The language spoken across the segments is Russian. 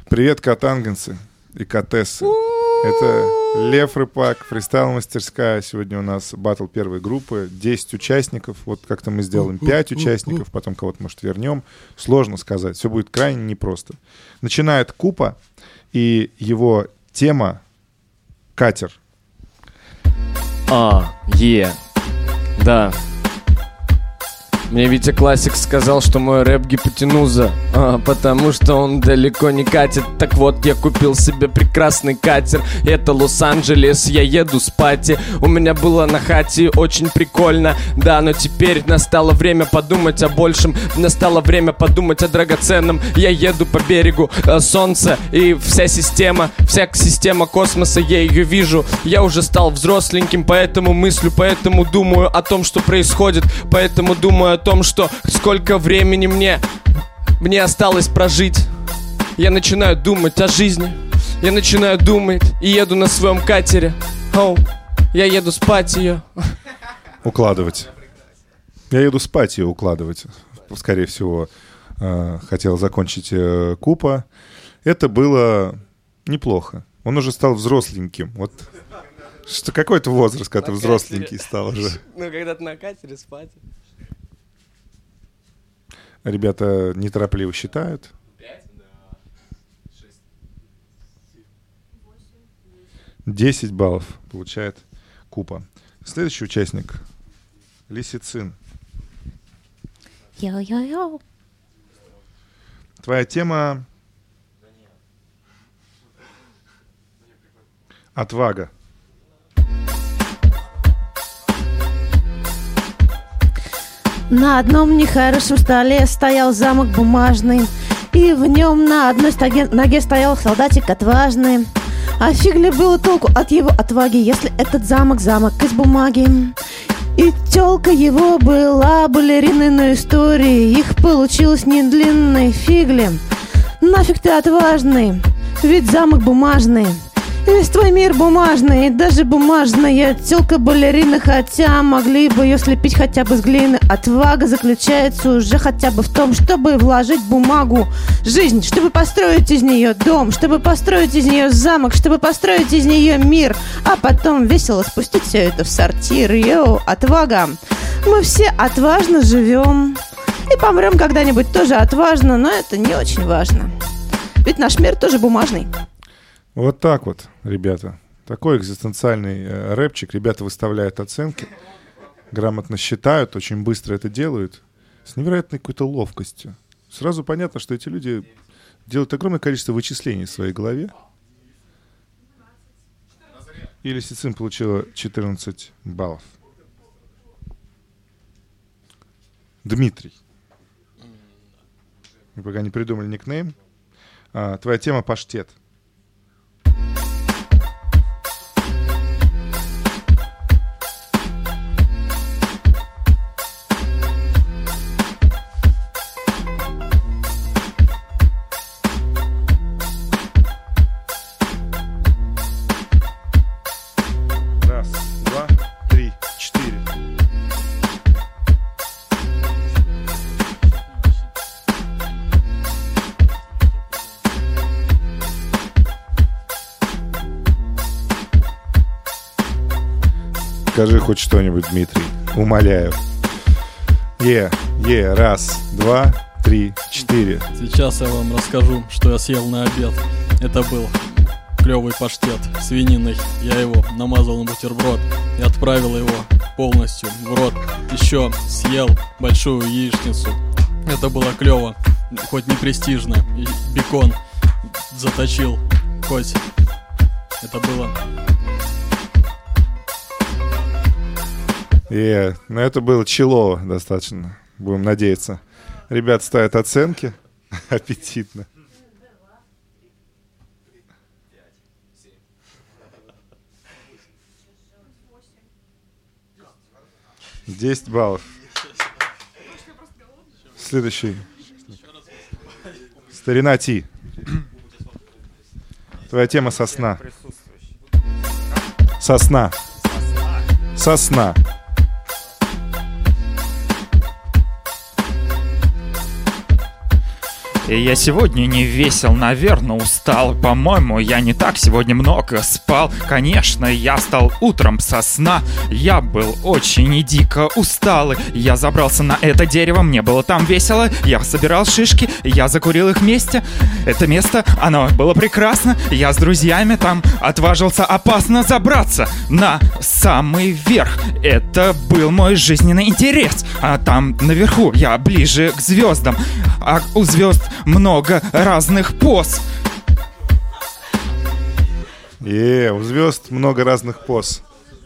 Привет, катангенцы и катессы. Это Лев Рыпак, фристайл-мастерская. Сегодня у нас баттл первой группы. 10 участников. Вот как-то мы сделаем 5 участников, потом кого-то, может, вернем. Сложно сказать. Все будет крайне непросто. Начинает Купа, и его тема — катер. Да. Мне Витя Классик сказал, что мой рэп гипотенуза, потому что он далеко не катит. Так вот, я купил себе прекрасный катер. Это Лос-Анджелес, я еду с пати. У меня было на хате очень прикольно. Да, но теперь настало время подумать о большем. Настало время подумать о драгоценном. Я еду по берегу солнца, и вся система космоса, я ее вижу. Я уже стал взросленьким, поэтому мыслю, поэтому думаю о том, что происходит. Поэтому думаю о том, что сколько времени мне осталось прожить. Я начинаю думать о жизни. Я начинаю думать и еду на своем катере. Я еду спать ее. Укладывать. Я еду спать ее укладывать. Скорее всего, хотел закончить Купа. Это было неплохо. Он уже стал взросленьким. Вот что какой-то возраст, когда ты взросленький стал уже. Ну, когда ты на катере спать. Ребята неторопливо считают. 10 баллов получает Купа. Следующий участник — Лисицин. Йо-йо-йо. Твоя тема — отвага. На одном нехорошем столе стоял замок бумажный, и в нем на одной ноге стоял солдатик отважный. А фиг ли было толку от его отваги, если этот замок из бумаги? И тёлка его была балериной, но истории их получилось не длинной. Фигли, нафиг ты отважный, ведь замок бумажный. Весь твой мир бумажный, даже бумажная тёлка-балерина, хотя могли бы ее слепить хотя бы с глины. Отвага заключается уже хотя бы в том, чтобы вложить бумагу в жизнь, чтобы построить из нее дом, чтобы построить из нее замок, чтобы построить из нее мир, а потом весело спустить все это в сортир. Йоу, отвага. Мы все отважно живем и помрем когда-нибудь тоже отважно, но это не очень важно, ведь наш мир тоже бумажный. Вот так вот, ребята. Такой экзистенциальный рэпчик. Ребята выставляют оценки, грамотно считают, очень быстро это делают, с невероятной какой-то ловкостью. Сразу понятно, что эти люди делают огромное количество вычислений в своей голове. И Лисицин получила 14 баллов. Дмитрий. Мы пока не придумали никнейм. Твоя тема — паштет. Скажи хоть что-нибудь, Дмитрий. Умоляю. Раз, два, три, четыре. Сейчас я вам расскажу, что я съел на обед. Это был клевый паштет свининой. Я его намазал на бутерброд и отправил его полностью в рот. Еще съел большую яичницу. Это было клево, хоть не престижно. И бекон заточил, хоть это было... Но это было челово достаточно. Будем надеяться. Ребята ставят оценки. Аппетитно. 10 баллов. Следующий. Старина Ти. Твоя тема — сосна. Сосна. Сосна. И я сегодня не весел, наверное, устал. По-моему, я не так сегодня много спал. Конечно, я встал утром со сна. Я был очень и дико усталый. Я забрался на это дерево, мне было там весело. Я собирал шишки, я закурил их вместе. Это место, оно было прекрасно. Я с друзьями там отважился опасно забраться на самый верх. Это был мой жизненный интерес. А там наверху я ближе к звездам. А у звезд много разных поз. У звезд много разных поз.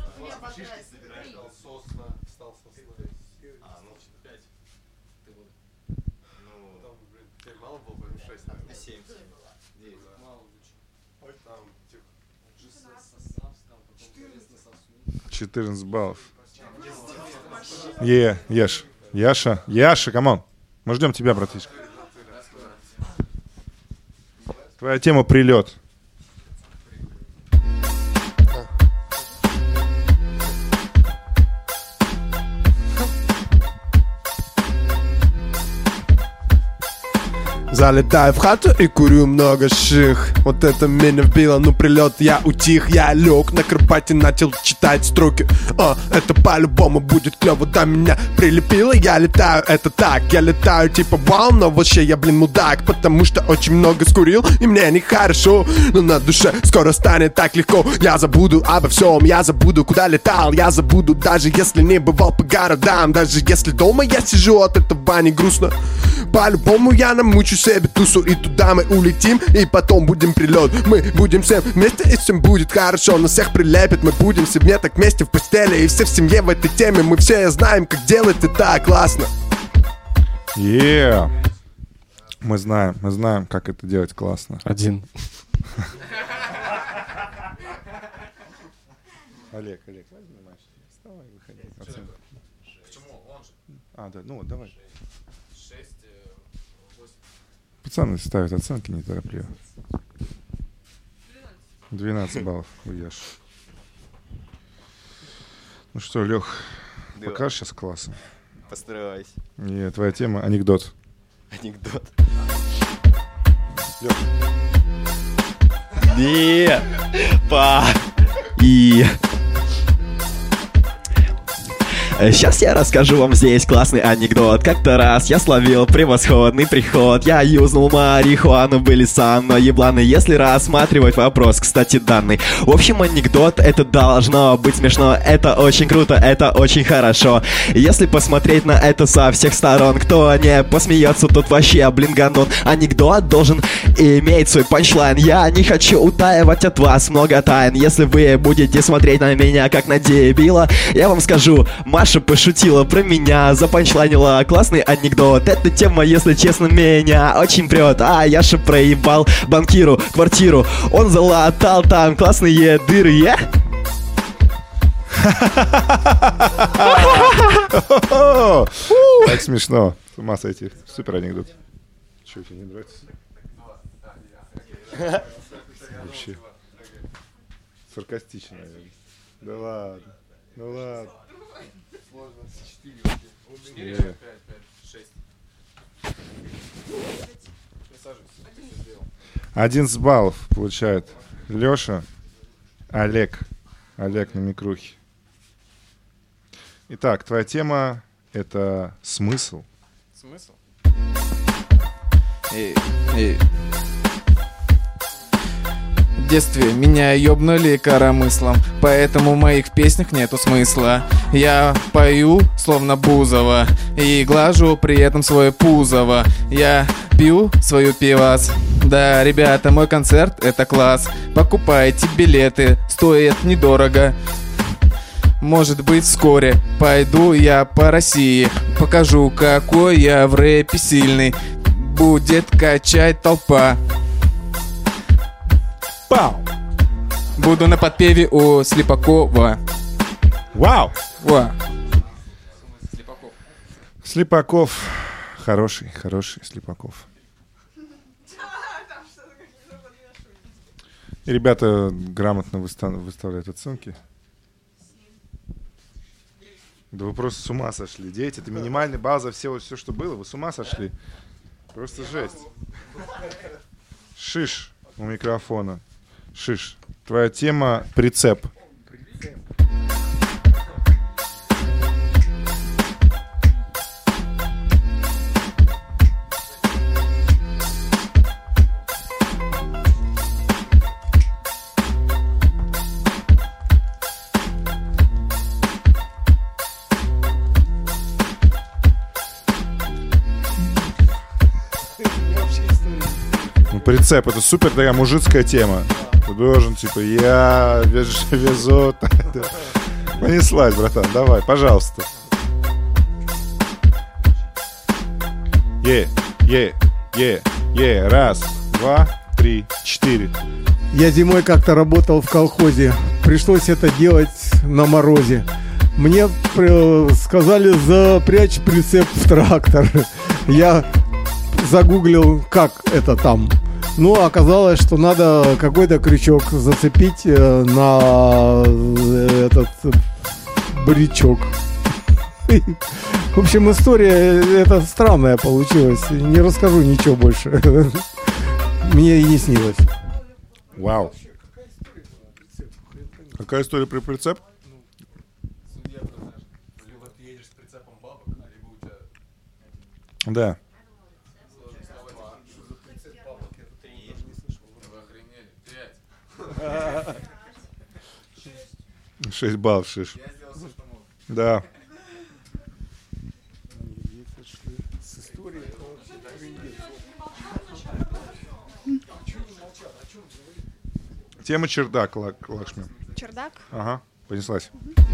$14 баллов. Ешь. Яша, камон. Мы ждем тебя, братишка. Твоя тема — прилет. Залетаю в хату и курю много ших. Вот это меня вбило, ну прилет, я утих. Я лег на кровати, начал читать строки. Это по-любому будет клево. До меня прилепило, я летаю, это так. Я летаю типа вау, но вообще я, мудак. Потому что очень много скурил, и мне нехорошо. Но на душе скоро станет так легко. Я забуду обо всем, я забуду, куда летал. Я забуду, даже если не бывал по городам. Даже если дома я сижу, от этого не грустно. По-любому я намучу себе тусу, и туда мы улетим, и потом будем прилет. Мы будем всем вместе, и всем будет хорошо. Нас всех прилепит, мы будем все так вместе в постели. И все в семье в этой теме, мы все знаем, как делать это классно. Мы знаем, как это делать классно. Один. Олег, возьми матч. Вставай, выходи. Оценка. Почему? Он же. Да, ну давай. 6-8. Пацаны ставят оценки неторопливо. 12 баллов у Яши. Ну что, Лех, покажешь сейчас классом? Постараюсь. Нет, твоя тема — анекдот. Анекдот. Лех. Нет. Сейчас я расскажу вам здесь классный анекдот. Как-то раз я словил превосходный приход. Я юзнул марихуану, были со мной ебланы. Если рассматривать вопрос, кстати, данный. В общем, анекдот — это должно быть смешно. Это очень круто, это очень хорошо. Если посмотреть на это со всех сторон, кто не посмеется, тот вообще, ганон. Анекдот должен иметь свой панчлайн. Я не хочу утаивать от вас много тайн. Если вы будете смотреть на меня как на дебила, я вам скажу: Маша пошутила про меня, запанчлайнила классный анекдот. Эта тема, если честно, меня очень прет. А Яша проебал банкиру квартиру. Он залатал там классные дыры. Так смешно. С ума сойти. Супер анекдот. Чего тебе не нравится? Вообще. Саркастично, наверное. Да ладно. Ну ладно. 11 баллов получает Леша. Олег на микрухе. Итак, твоя тема — это смысл. Смысл? В детстве меня ёбнули коромыслом, поэтому в моих песнях нету смысла. Я пою, словно Бузова, и глажу при этом свое пузово. Я пью свою пивас. Да, ребята, мой концерт — это класс. Покупайте билеты, стоит недорого. Может быть, вскоре пойду я по России. Покажу, какой я в рэпе сильный. Будет качать толпа. Пау! Буду на подпеве у Слепакова. Вау! Ва. Слепаков. Хороший Слепаков. И ребята грамотно выставляют оценки. Да вы просто с ума сошли. 9 — это минимальный балл за все, что было. Вы с ума сошли. Просто жесть. Шиш у микрофона. Шиш. Твоя тема — прицеп. Прицеп — это супер такая мужицкая тема. Ты должен, типа, я везу. Понеслась, братан, давай, пожалуйста. Раз, два, три, четыре. Я зимой как-то работал в колхозе. Пришлось это делать на морозе. Мне сказали запрячь прицеп в трактор. Я загуглил, как это там. Ну, оказалось, что надо какой-то крючок зацепить на этот брючок. В общем, история эта странная получилась. Не расскажу ничего больше. Мне и не снилось. Вау. Какая история про прицеп? Да. 6 баллов, шиш. Да. Тема чердак, Лакшми. Чердак? Ага, понеслась.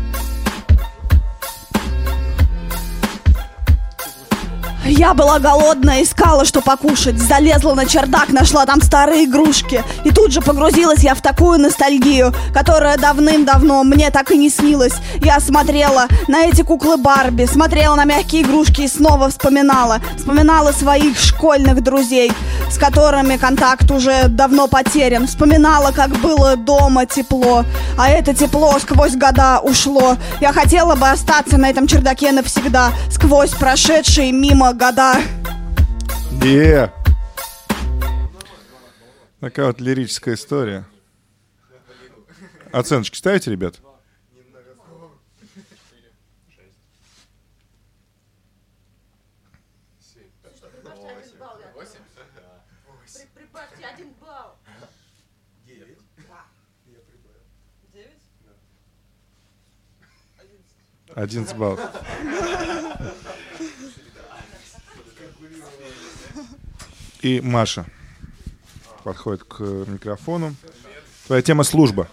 Я была голодная, искала, что покушать. Залезла на чердак, нашла там старые игрушки. И тут же погрузилась я в такую ностальгию, которая давным-давно мне так и не снилась. Я смотрела на эти куклы Барби, смотрела на мягкие игрушки и снова вспоминала. Вспоминала своих школьных друзей, с которыми контакт уже давно потерян. Вспоминала, как было дома тепло, а это тепло сквозь года ушло. Я хотела бы остаться на этом чердаке навсегда, сквозь прошедшие мимо года. Такая вот лирическая история. Оценочки ставите, ребят? Прибавьте 1 балл. 11 баллов. И Маша подходит к микрофону. Твоя тема — служба.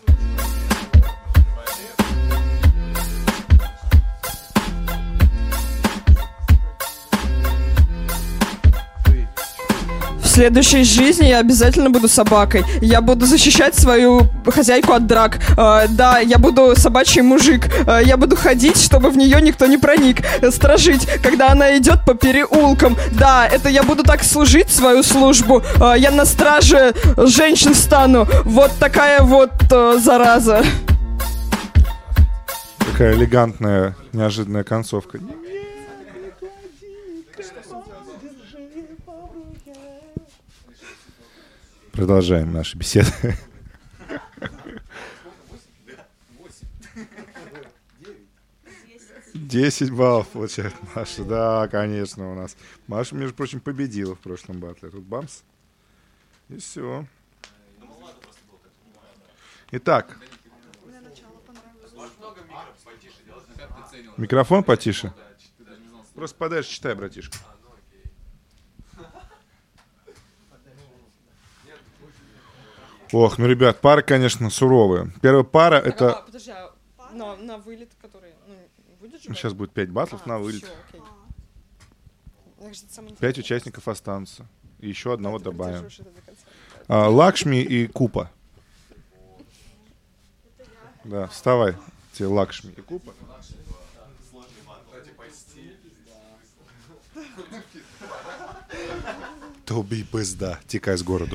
В следующей жизни я обязательно буду собакой. Я буду защищать свою хозяйку от драк. Да, я буду собачий мужик. Я буду ходить, чтобы в нее никто не проник. Сторожить, когда она идет по переулкам. Да, это я буду так служить свою службу. Я на страже женщин стану. Вот такая вот зараза. Такая элегантная, неожиданная концовка. Продолжаем наши беседы. 10 баллов получает Маша. Да, конечно, у нас. Маша, между прочим, победила в прошлом батле. Тут бамс. И все. Итак. Микрофон потише. Просто подальше читай, братишка. Ох, ну, ребят, пары, конечно, суровые. Первая пара — это... Подожди, на вылет, который... будет же? Сейчас будет 5 батлов на вылет. 5 участников останутся. И еще одного добавим. Лакшми и Купа. Да, вставай. Тебе Лакшми и Купа. Тобі пизда. Тікай з городу.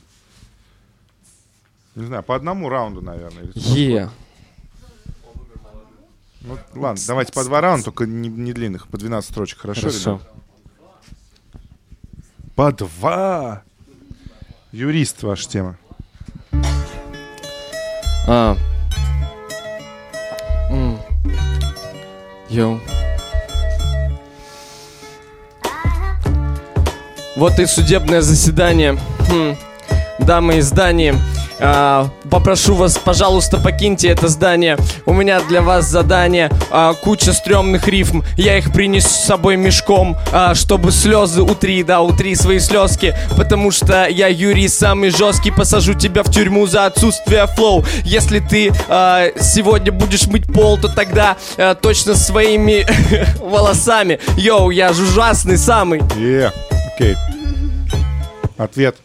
Не знаю, по одному раунду, наверное. Ну, ладно, давайте по 2 раунда, только не длинных, по 12 строчек. Хорошо, ребят? По 2. Юрист, ваша тема. Йоу. Вот и судебное заседание. Дамы из здания, попрошу вас, пожалуйста, покиньте это здание. У меня для вас задание. Куча стрёмных рифм. Я их принесу с собой мешком, чтобы слезы утри свои слезки. Потому что я Юрий самый жесткий. Посажу тебя в тюрьму за отсутствие флоу. Если ты сегодня будешь мыть пол, то тогда точно своими волосами. Йоу, я же ужасный самый. Окей. Ответ.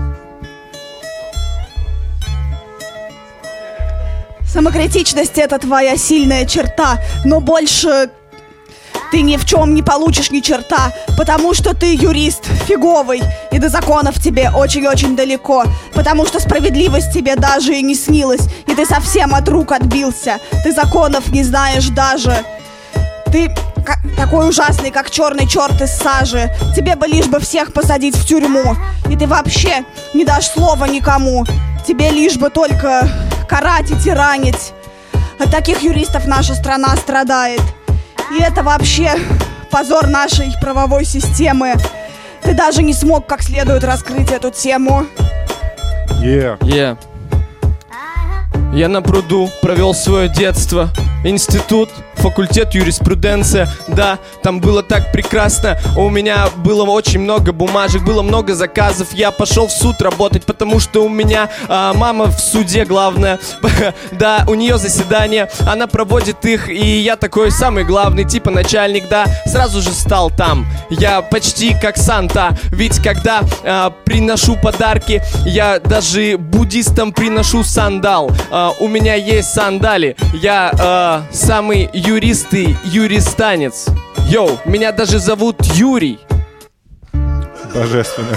Самокритичность — это твоя сильная черта, но больше ты ни в чем не получишь ни черта, потому что ты юрист фиговый, и до законов тебе очень-очень далеко, потому что справедливость тебе даже и не снилась, и ты совсем от рук отбился, ты законов не знаешь даже. Ты такой ужасный, как черный черт из сажи. Тебе бы лишь бы всех посадить в тюрьму, и ты вообще не дашь слова никому. Тебе лишь бы только карать и тиранить. От таких юристов наша страна страдает. И это вообще позор нашей правовой системы. Ты даже не смог как следует раскрыть эту тему. Я на пруду провел свое детство. Институт, факультет юриспруденция. Да, там было так прекрасно. У меня было очень много бумажек, было много заказов. Я пошел в суд работать, потому что у меня мама в суде главная. Да, у нее заседание, она проводит их. И я такой самый главный, типа начальник, да. Сразу же стал там. Я почти как Санта. Ведь когда приношу подарки, я даже буддистам приношу сандал. У меня есть сандали. Я самый юристый юристанец. Йоу, меня даже зовут Юрий. Божественно.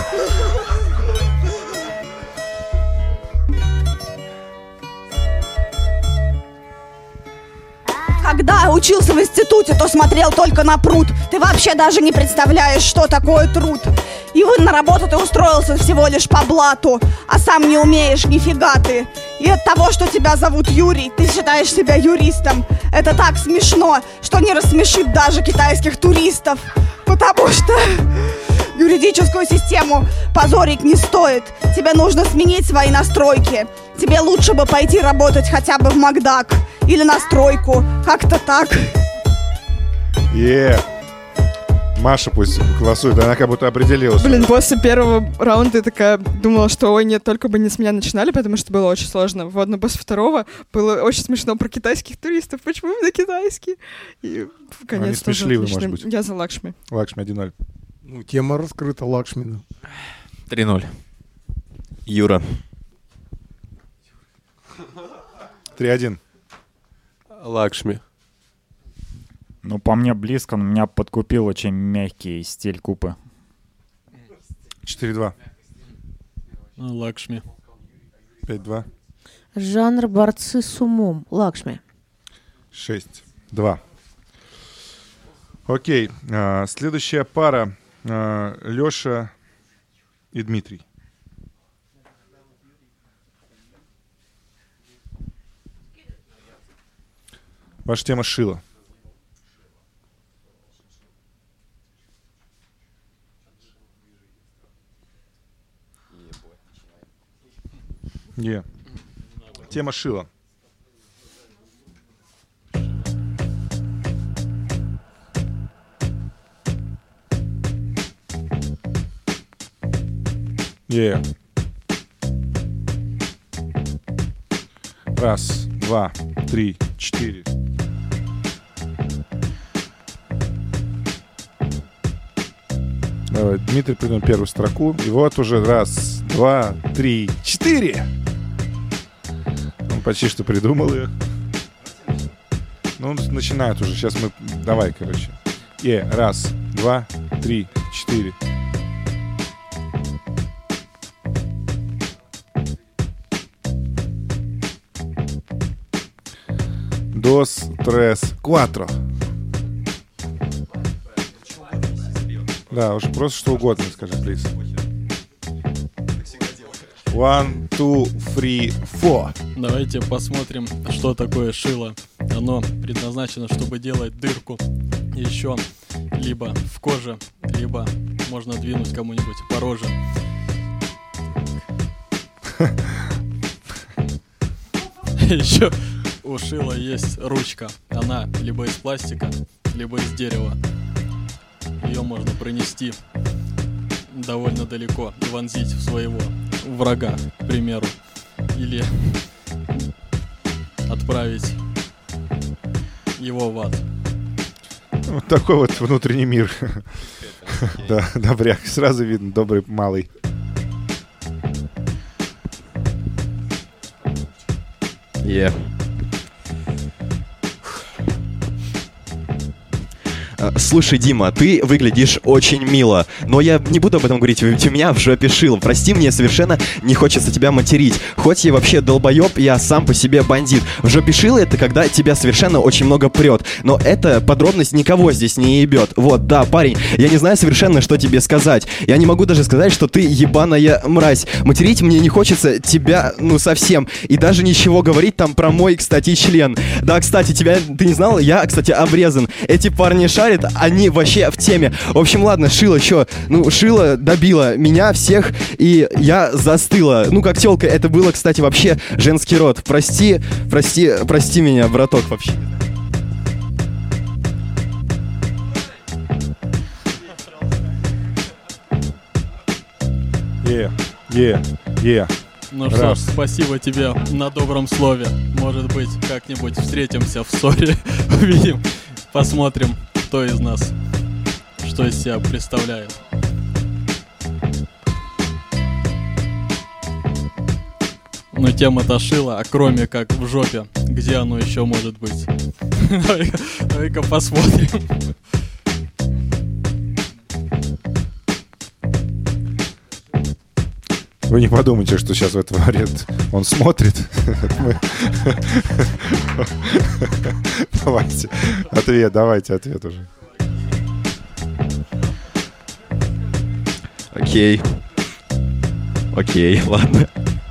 Когда учился в институте, то смотрел только на пруд. Ты вообще даже не представляешь, что такое труд. И на работу ты устроился всего лишь по блату, а сам не умеешь нифига ты. И от того, что тебя зовут Юрий, ты считаешь себя юристом. Это так смешно, что не рассмешит даже китайских туристов. Потому что юридическую систему позорить не стоит. Тебе нужно сменить свои настройки. Тебе лучше бы пойти работать хотя бы в Макдак или на стройку. Как-то так. Маша пусть голосует, она как будто определилась. Блин, после первого раунда я такая думала, что ой, нет, только бы не с меня начинали, потому что было очень сложно. Вот, но после второго было очень смешно про китайских туристов. Почему именно китайские? И конец они смешливые, может быть. Я за Лакшми. Лакшми 1-0. Ну, тема раскрыта, Лакшми. 3-0. Юра. 3-1. Лакшми. Ну, по мне близко, но меня подкупил очень мягкий стиль Купы. 4-2. Лакшми. 5-2. Жанр борцы с умом. Лакшми. 6-2. Окей. Следующая пара. Леша и Дмитрий. Ваша тема шила. Тема шила. Раз, два, три, четыре. Давай, Дмитрий придумал первую строку. И вот уже раз, два, три, четыре. Он почти что придумал ее. Ну, он начинает уже. Сейчас мы... Давай, короче. Раз, два, три, четыре. Dos, tres, cuatro. Да, уже просто что угодно скажи, плиз. One, two, three, four. Давайте посмотрим, что такое шило. Оно предназначено, чтобы делать дырку еще либо в коже, либо можно двинуть кому-нибудь по роже. Еще у шила есть ручка. Она либо из пластика, либо из дерева. Ее можно пронести довольно далеко и вонзить в своего врага, к примеру. Или отправить его в ад. Вот такой вот внутренний мир. Да, добряк. Сразу видно, добрый малый. Yeah. Слушай, Дима, ты выглядишь очень мило, но я не буду об этом говорить, ведь у меня в жопе шило. Прости, мне совершенно не хочется тебя материть. Хоть я вообще долбоеб, я сам по себе бандит. В жопе шило — это когда тебя совершенно очень много прет. Но эта подробность никого здесь не ебет. Вот, да, парень, я не знаю совершенно, что тебе сказать. Я не могу даже сказать, что ты ебаная мразь. Материть мне не хочется тебя, ну, совсем. И даже ничего говорить там про мой, кстати, член. Да, кстати, ты не знал? Я, кстати, обрезан. Эти парни шарят, они вообще в теме. В общем, ладно, шило, чё? Ну, шило добило меня всех, и я застыла. Ну, как тёлка, это было, кстати, вообще женский род. Прости меня, браток, вообще. Ну что ж, спасибо тебе на добром слове. Может быть, как-нибудь встретимся в ссоре, увидим, посмотрим, кто из нас что из себя представляет. Но тема-то шила, а кроме как в жопе, где оно еще может быть? Давай-ка посмотрим. Вы не подумайте, что сейчас в этот момент он смотрит. Давайте ответ уже. Окей, ладно.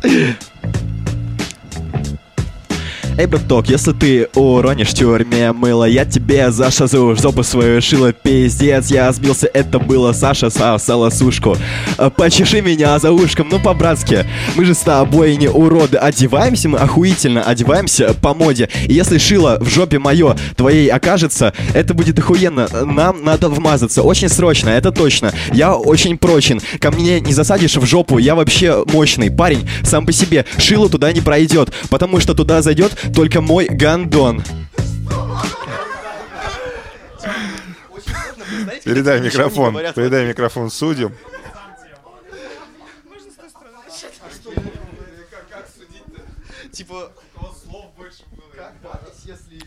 Эй, браток, если ты уронишь в тюрьме мыло, я тебе зашазу в жопу свою шило, пиздец. Я сбился, это было Саша сосала сушку. Почеши меня за ушком, ну по-братски. Мы же с тобой не уроды. Одеваемся мы охуительно, одеваемся по моде. И если шило в жопе мое твоей окажется, это будет охуенно. Нам надо вмазаться, очень срочно, это точно. Я очень прочен, ко мне не засадишь в жопу, я вообще мощный парень. Сам по себе, шило туда не пройдет, потому что туда зайдет только мой гандон. Передай микрофон судьям. Типа, слов больше было. Если...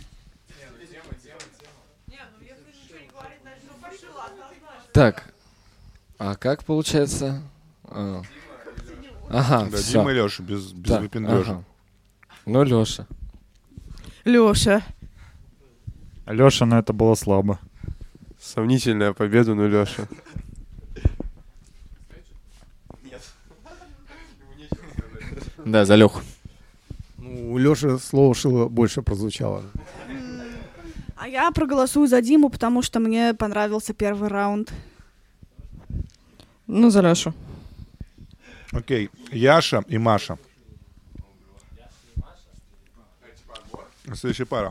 Так, а как получается? Ага, да, все. Дима и Леша, без выпендрежа. Ага. Ну, Леша. Леша, но это было слабо. Сомнительная победа, но Леша. Да, за Леху. Ну, у Леши слово шило больше прозвучало. А я проголосую за Диму, потому что мне понравился первый раунд. Ну, за Лешу. Окей, Яша и Маша. Следующая пара.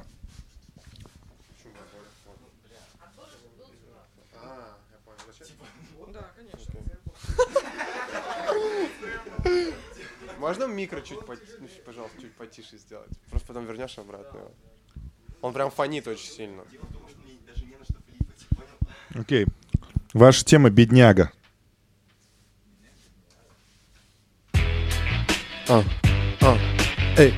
Можно микро пожалуйста, чуть потише сделать? Просто потом вернешь обратно. Он прям фонит очень сильно. Окей. Ваша тема — бедняга. Эй.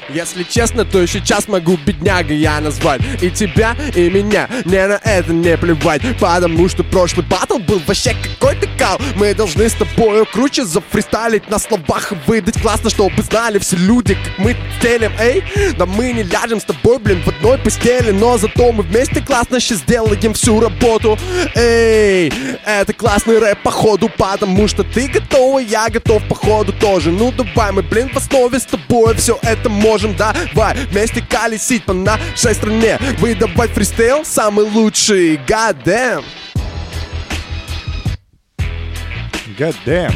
Если честно, то сейчас могу бедняга я назвать. И тебя, и меня, мне на это не плевать. Потому что прошлый батл был вообще какой-то кал. Мы должны с тобою круче зафристайлить на словах и выдать классно, чтобы знали все люди, как мы стелим. Эй, да мы не ляжем с тобой, блин, в одной постели, но зато мы вместе классно сейчас сделаем всю работу. Эй, это классный рэп походу, потому что ты готова, я готов походу тоже. Ну давай мы, блин, в основе с тобой все это можем. Давай вместе колесить по нашей стране. Выдавать фристайл самый лучший. God damn. God damn.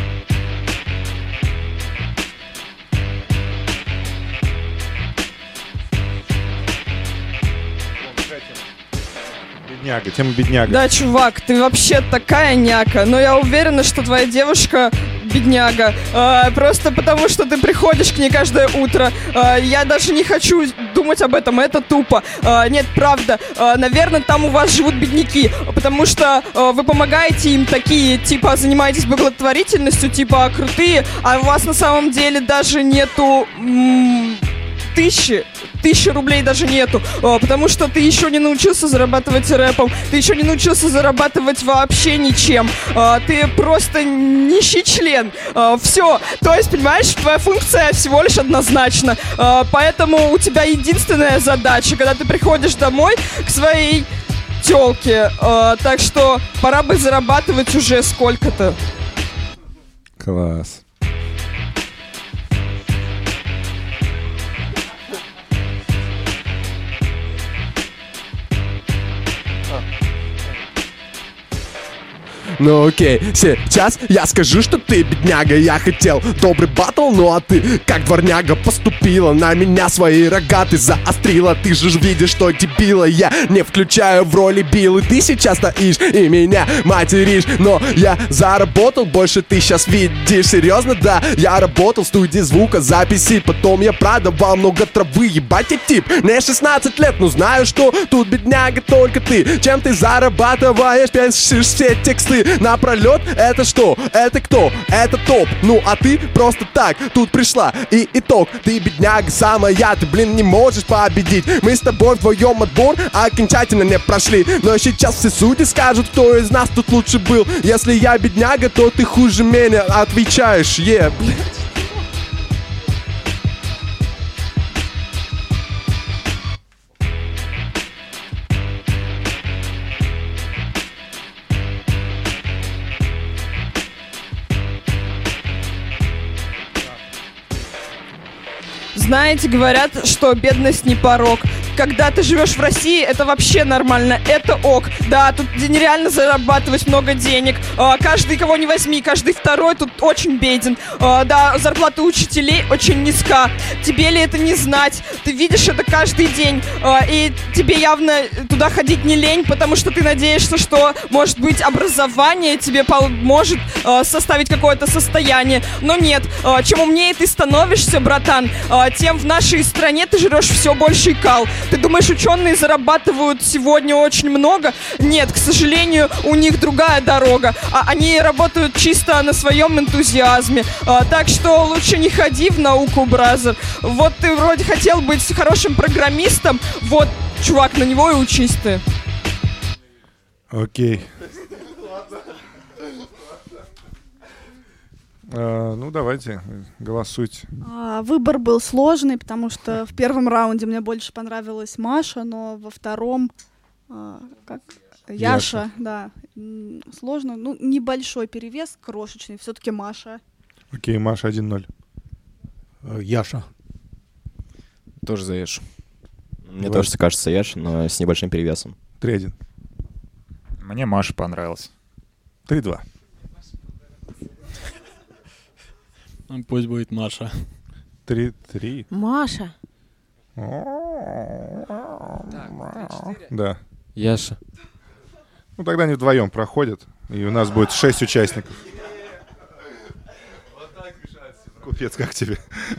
Бедняга, тема бедняга. Да, чувак, ты вообще такая няка. Но я уверена, что твоя девушка бедняга. Просто потому, что ты приходишь к ней каждое утро. Я даже не хочу думать об этом, это тупо. Нет, правда. Наверное, там у вас живут бедняки. Потому что вы помогаете им такие, типа, занимаетесь благотворительностью, типа, крутые. А у вас на самом деле даже нету... Тысячи рублей даже нету, потому что ты еще не научился зарабатывать рэпом, ты еще не научился зарабатывать вообще ничем, ты просто нищий член, все, то есть, понимаешь, твоя функция всего лишь однозначна, поэтому у тебя единственная задача, когда ты приходишь домой к своей тёлке, так что пора бы зарабатывать уже сколько-то. Класс. Ну окей, сейчас я скажу, что ты бедняга. Я хотел добрый батл, ну а ты как дворняга поступила. На меня свои рога ты заострила. Ты же видишь, что дебила я не включаю в роли Билл. И ты сейчас стоишь и меня материшь. Но я заработал, больше ты сейчас видишь. Серьезно, да, я работал в студии звукозаписи. Потом я продавал много травы. Ебать я тип, мне 16 лет, но знаю, что тут бедняга только ты. Чем ты зарабатываешь, пишешь все тексты напролет, это что? Это кто? Это топ. Ну а ты просто так тут пришла. И итог, ты бедняга самая. Ты, блин, не можешь победить. Мы с тобой вдвоем отбор окончательно не прошли. Но сейчас все судьи скажут, кто из нас тут лучше был. Если я бедняга, то ты хуже меня отвечаешь. Блядь. Знаете, говорят, что бедность не порок. Когда ты живешь в России, это вообще нормально, это ок. Да, тут нереально зарабатывать много денег. Каждый, кого не возьми, каждый второй тут очень беден. Да, зарплата учителей очень низка. Тебе ли это не знать? Ты видишь это каждый день. И тебе явно туда ходить не лень, потому что ты надеешься, что, может быть, образование тебе поможет составить какое-то состояние. Но нет. Чем умнее ты становишься, братан, тем в нашей стране ты жрешь все больший кал. Ты думаешь, ученые зарабатывают сегодня очень много? Нет, к сожалению, у них другая дорога. Они работают чисто на своем энтузиазме. Так что лучше не ходи в науку, бразер. Вот ты вроде хотел быть хорошим программистом. Вот, чувак, на него и учись ты. Окей. Ну, давайте, голосуйте. Выбор был сложный, потому что в первом раунде мне больше понравилась Маша, но во втором Яша, да, сложно. Ну, небольшой перевес, крошечный, все-таки Маша. Окей, Маша 1-0. Яша. Тоже за Яшу. Мне тоже кажется Яша, но с небольшим перевесом. 3-1. Мне Маша понравилась. 3-2. Пусть будет Маша. 3-3. Маша. Да. Яша. Ну, тогда они вдвоем проходят, и у нас будет 6 участников. Купец, как тебе?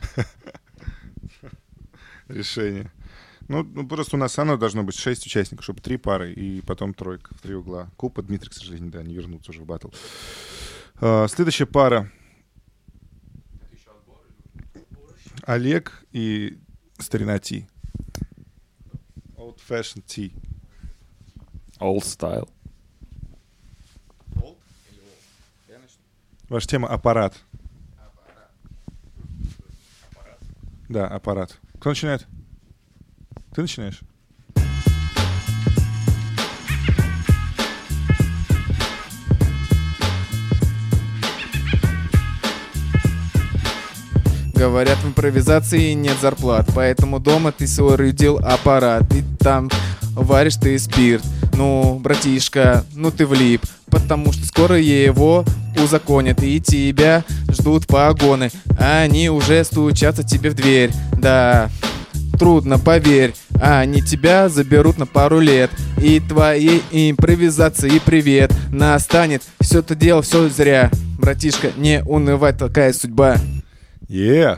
Решение. Ну, просто у нас оно должно быть 6 участников, чтобы 3 пары, и потом тройка в 3 угла. Купа, Дмитрий, к сожалению, да, не вернутся уже в баттл. Следующая пара. Олег и Старина tea. Old fashioned tea. Old style. Ваша тема — аппарат. Да, аппарат. Кто начинает? Ты начинаешь? Говорят, в импровизации нет зарплат, поэтому дома ты соорудил аппарат. И там варишь ты спирт. Ну, братишка, ну ты влип, потому что скоро его узаконят, и тебя ждут погоны. Они уже стучатся тебе в дверь. Да, трудно, поверь, они тебя заберут на пару лет. И твоей импровизации привет. Настанет все это дело, все зря. Братишка, не унывай, такая судьба. Yeah.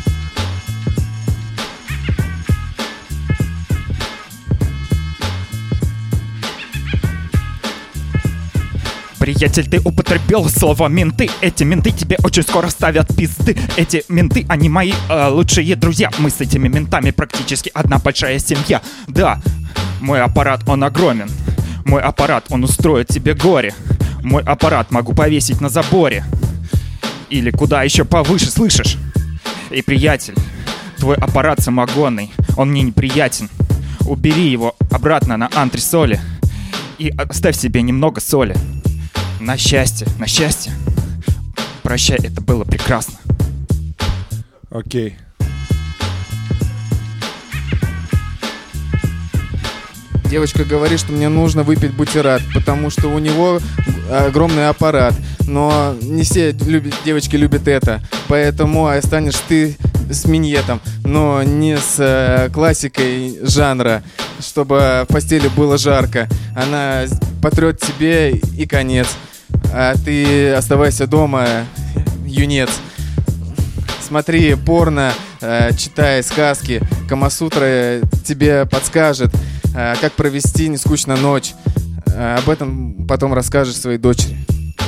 Приятель, ты употребил слово менты. Эти менты тебе очень скоро ставят пизды. Эти менты, они мои лучшие друзья. Мы с этими ментами практически одна большая семья. Да, мой аппарат, он огромен. Мой аппарат, он устроит тебе горе. Мой аппарат могу повесить на заборе. Или куда еще повыше, слышишь? И, приятель, твой аппарат самогонный, он мне неприятен. Убери его обратно на антресоли и оставь себе немного соли. На счастье, на счастье. Прощай, это было прекрасно. Окей. Девочка говорит, что мне нужно выпить бутерат, потому что у него огромный аппарат. Но не все девочки любят это, поэтому останешь ты с миньетом, но не с классикой жанра, чтобы в постели было жарко. Она потрет тебе и конец, а ты оставайся дома, юнец. Смотри порно, читай сказки, Камасутра тебе подскажет, как провести нескучно ночь. Об этом потом расскажешь своей дочери.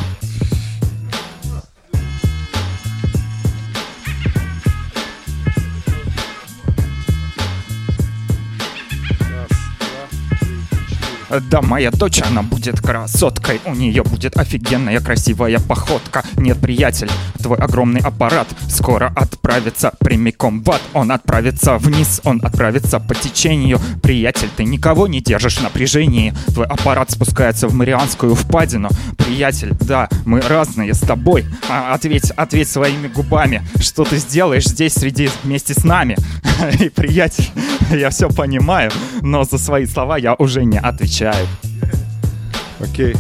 Да, моя дочь, она будет красоткой. У нее будет офигенная красивая походка. Нет, приятель, твой огромный аппарат скоро отправится прямиком в ад. Он отправится вниз, он отправится по течению. Приятель, ты никого не держишь в напряжении. Твой аппарат спускается в Марианскую впадину. Приятель, да, мы разные с тобой. Ответь своими губами, что ты сделаешь здесь вместе с нами. И, приятель, я все понимаю, но за свои слова я уже не отвечаю. Окей.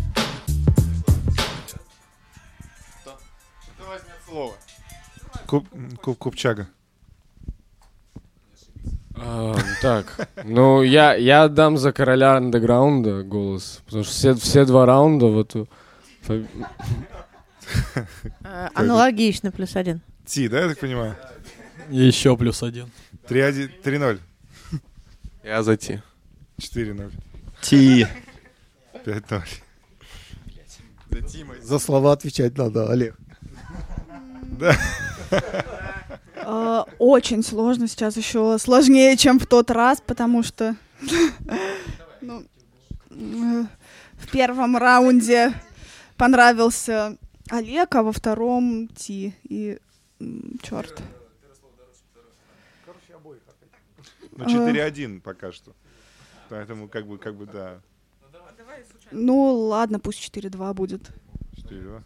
Кто возьмет слово? Купчага. Так, ну я отдам за короля андеграунда голос, потому что все два раунда вот... Аналогично, +1. Ти, да, я так понимаю? Еще +1. 3-0. Я за Ти. 4-0. Ти. 5-0. За слова отвечать надо, Олег. Да. Очень сложно сейчас, еще сложнее, чем в тот раз, потому что в первом раунде понравился Олег, а во втором Ти. И черт. Ну, 4-1 пока что. Поэтому как бы, да. Ну, ладно, пусть 4-2 будет. 4-2.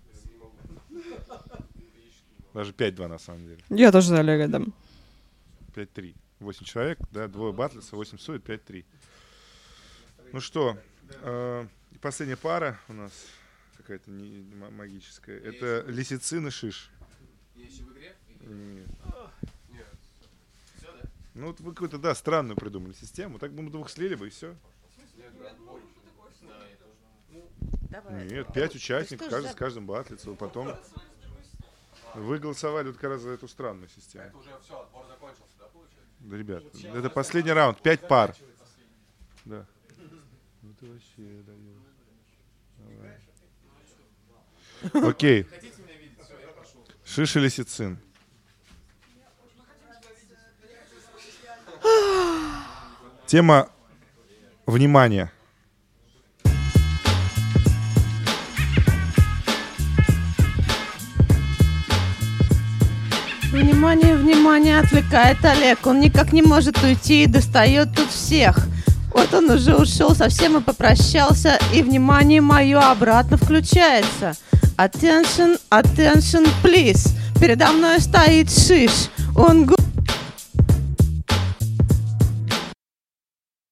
Даже 5-2 на самом деле. Я тоже за Олега дам. 5-3. 8 человек, да, двое батлится, 8 сует, 5-3. Ну что, и последняя пара у нас какая-то магическая. Это Лисицин и Шиш. Нет. Ну вот вы какую-то, да, странную придумали систему. Так бы мы двух слили бы и все. Нет, 5 участников, каждый с каждым батлится. Потом вы голосовали вот как раз за эту странную систему. Это уже все, отбор закончился, да, получается? Да, ребят, это последний раунд, 5 пар. Да. Это вообще даёт. Окей. Шиш и Лисицин. Тема внимания. Внимание, внимание, отвлекает Олег. Он никак не может уйти и достает тут всех. Вот он уже ушел совсем и попрощался, и внимание мое обратно включается. Attention, attention, please. Передо мной стоит Шиш. Он